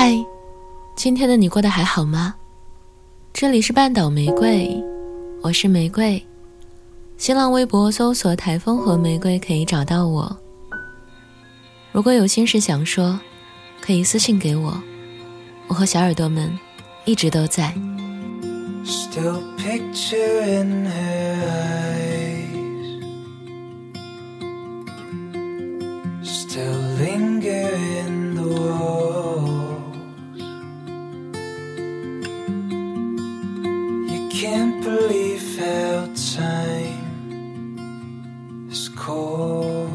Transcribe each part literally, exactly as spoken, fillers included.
嗨，今天的你过得还好吗？这里是半岛玫瑰，我是玫瑰。新浪微博搜索台风和玫瑰可以找到我。如果有心事想说，可以私信给我，我和小耳朵们一直都在。Still picture in her eyes, still linger in the walls. You can't believe how time is cold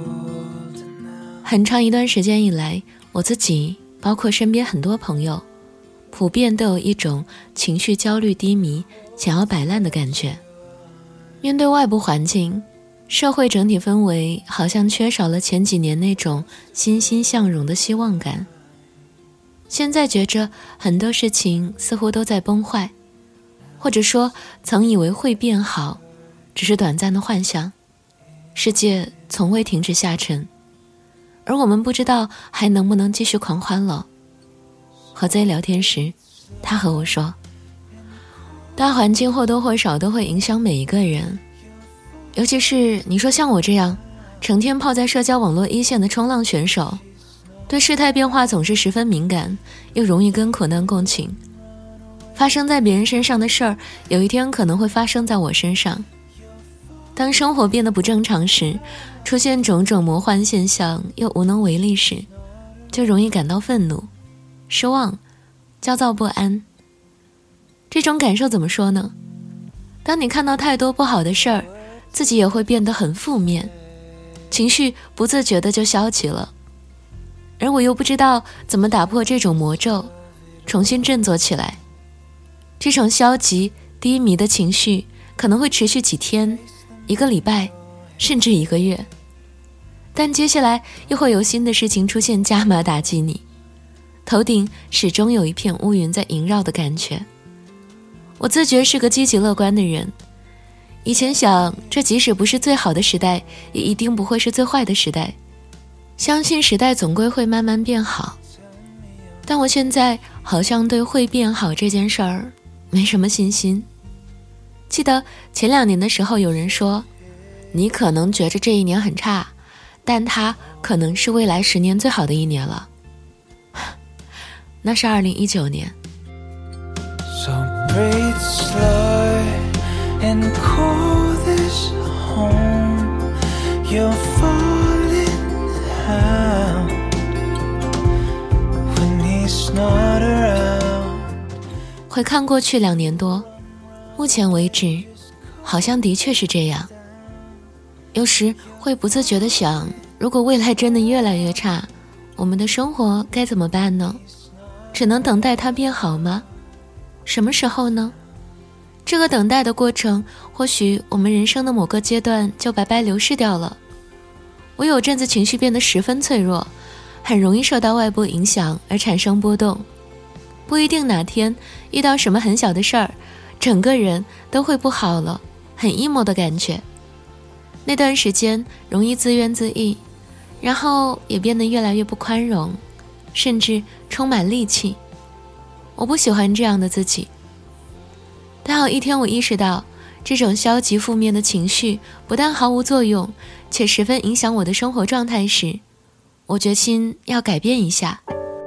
now. 很长一段时间以来，我自己包括身边很多朋友普遍都有一种情绪焦虑低迷想要摆烂的感觉。面对外部环境，社会整体氛围好像缺少了前几年那种欣欣向荣的希望感。现在觉着很多事情似乎都在崩坏，或者说曾以为会变好，只是短暂的幻想。世界从未停止下沉，而我们不知道还能不能继续狂欢了。和 Z 聊天时，他和我说，大环境或多或少都会影响每一个人，尤其是你说像我这样成天泡在社交网络一线的冲浪选手，对事态变化总是十分敏感，又容易跟苦难共情。发生在别人身上的事儿，有一天可能会发生在我身上。当生活变得不正常时，出现种种魔幻现象又无能为力时，就容易感到愤怒、失望、焦躁不安。这种感受怎么说呢？当你看到太多不好的事儿，自己也会变得很负面，情绪不自觉的就消极了。而我又不知道怎么打破这种魔咒，重新振作起来。这种消极低迷的情绪可能会持续几天、一个礼拜，甚至一个月，但接下来又会有新的事情出现，加码打击你。头顶始终有一片乌云在萦绕的感觉。我自觉是个积极乐观的人，以前想这即使不是最好的时代，也一定不会是最坏的时代，相信时代总归会慢慢变好。但我现在好像对会变好这件事儿没什么信心。记得前两年的时候有人说，你可能觉着这一年很差，但它可能是未来十年最好的一年了。那是二零一九年。 So breathe slow and call this home. You're falling out when he's not around. 回看过去两年多，目前为止好像的确是这样。有时会不自觉地想，如果未来真的越来越差，我们的生活该怎么办呢？只能等待它变好吗？什么时候呢？这个等待的过程，或许我们人生的某个阶段就白白流逝掉了。我有阵子情绪变得十分脆弱，很容易受到外部影响而产生波动，不一定哪天遇到什么很小的事儿，整个人都会不好了，很 emo 的感觉。那段时间容易自怨自艾，然后也变得越来越不宽容，甚至充满戾气。我不喜欢这样的自己。但有一天我意识到，这种消极负面的情绪不但毫无作用，且十分影响我的生活状态时，我决心要改变一下。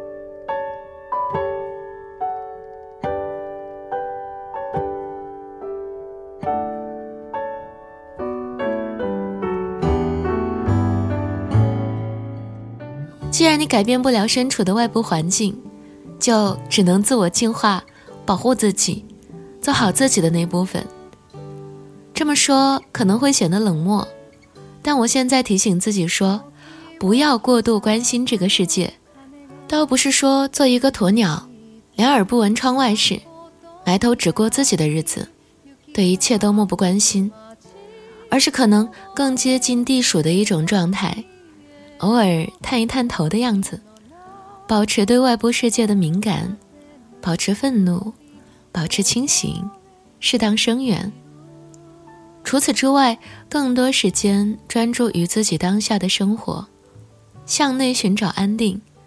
既然你改变不了身处的外部环境，就只能自我净化，保护自己，做好自己的那部分。这么说可能会显得冷漠，但我现在提醒自己说，不要过度关心这个世界。倒不是说做一个鸵鸟，两耳不闻窗外事，埋头只过自己的日子，对一切都漠不关心，而是可能更接近地鼠的一种状态，偶尔探一探头的样子，保持对外部世界的敏感，保持愤怒，保持清醒，适当声援。除此之外，更多时间专注于自己当下的生活，向内寻找安定，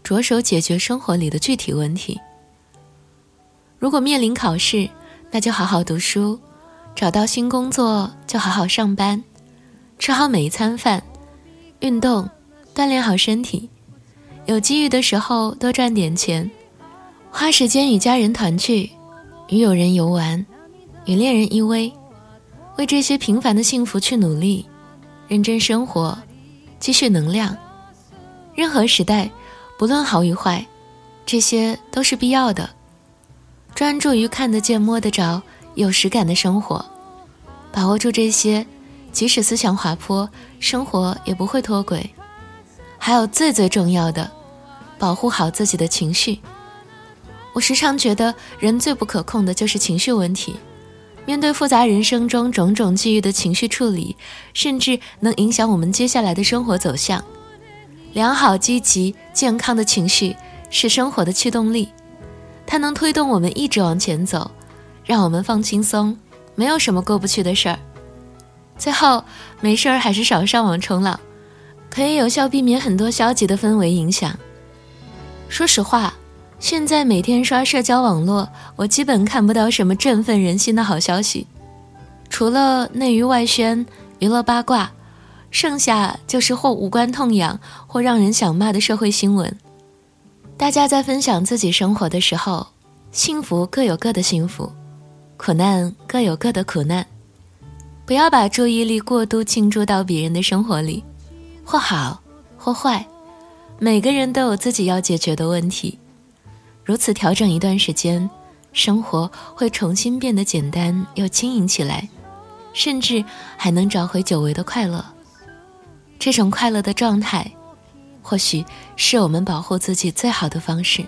着手解决生活里的具体问题。如果面临考试，那就好好读书，找到新工作就好好上班，吃好每一餐饭，运动，锻炼好身体，有机遇的时候多赚点钱，花时间与家人团聚，与友人游玩，与恋人依偎，为这些平凡的幸福去努力，认真生活，积蓄能量。任何时代，不论好与坏，这些都是必要的。专注于看得见摸得着有实感的生活，把握住这些，即使思想滑坡，生活也不会脱轨。还有最最重要的，保护好自己的情绪。我时常觉得人最不可控的就是情绪问题，面对复杂人生中种种际遇的情绪处理，甚至能影响我们接下来的生活走向。良好、积极、健康的情绪是生活的驱动力，它能推动我们一直往前走，让我们放轻松，没有什么过不去的事儿。最后，没事儿还是少上网冲浪，可以有效避免很多消极的氛围影响。说实话，现在每天刷社交网络，我基本看不到什么振奋人心的好消息，除了内娱外宣、娱乐八卦，剩下就是或无关痛痒或让人想骂的社会新闻。大家在分享自己生活的时候，幸福各有各的幸福，苦难各有各的苦难。不要把注意力过度倾注到别人的生活里，或好或坏，每个人都有自己要解决的问题。如此调整一段时间，生活会重新变得简单又轻盈起来，甚至还能找回久违的快乐。这种快乐的状态，或许是我们保护自己最好的方式。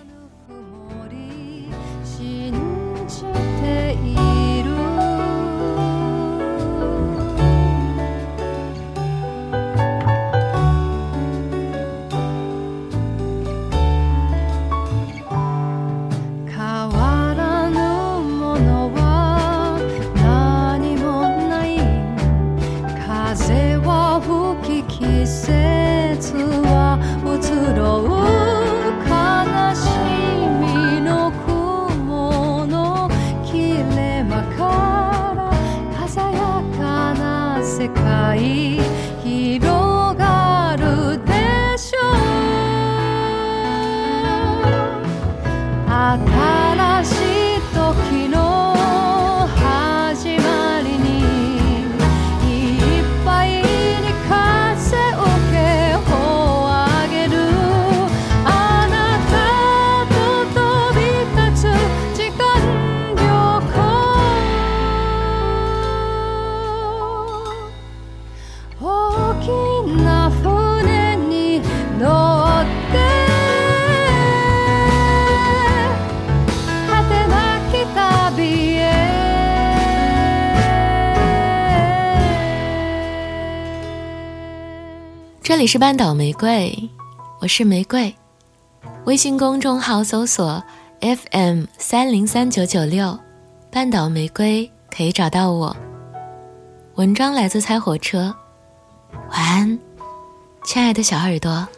这里是半岛玫瑰，我是玫瑰。微信公众号搜索 F M 三零三九九六，半岛玫瑰可以找到我。文章来自猜火车，晚安，亲爱的小耳朵。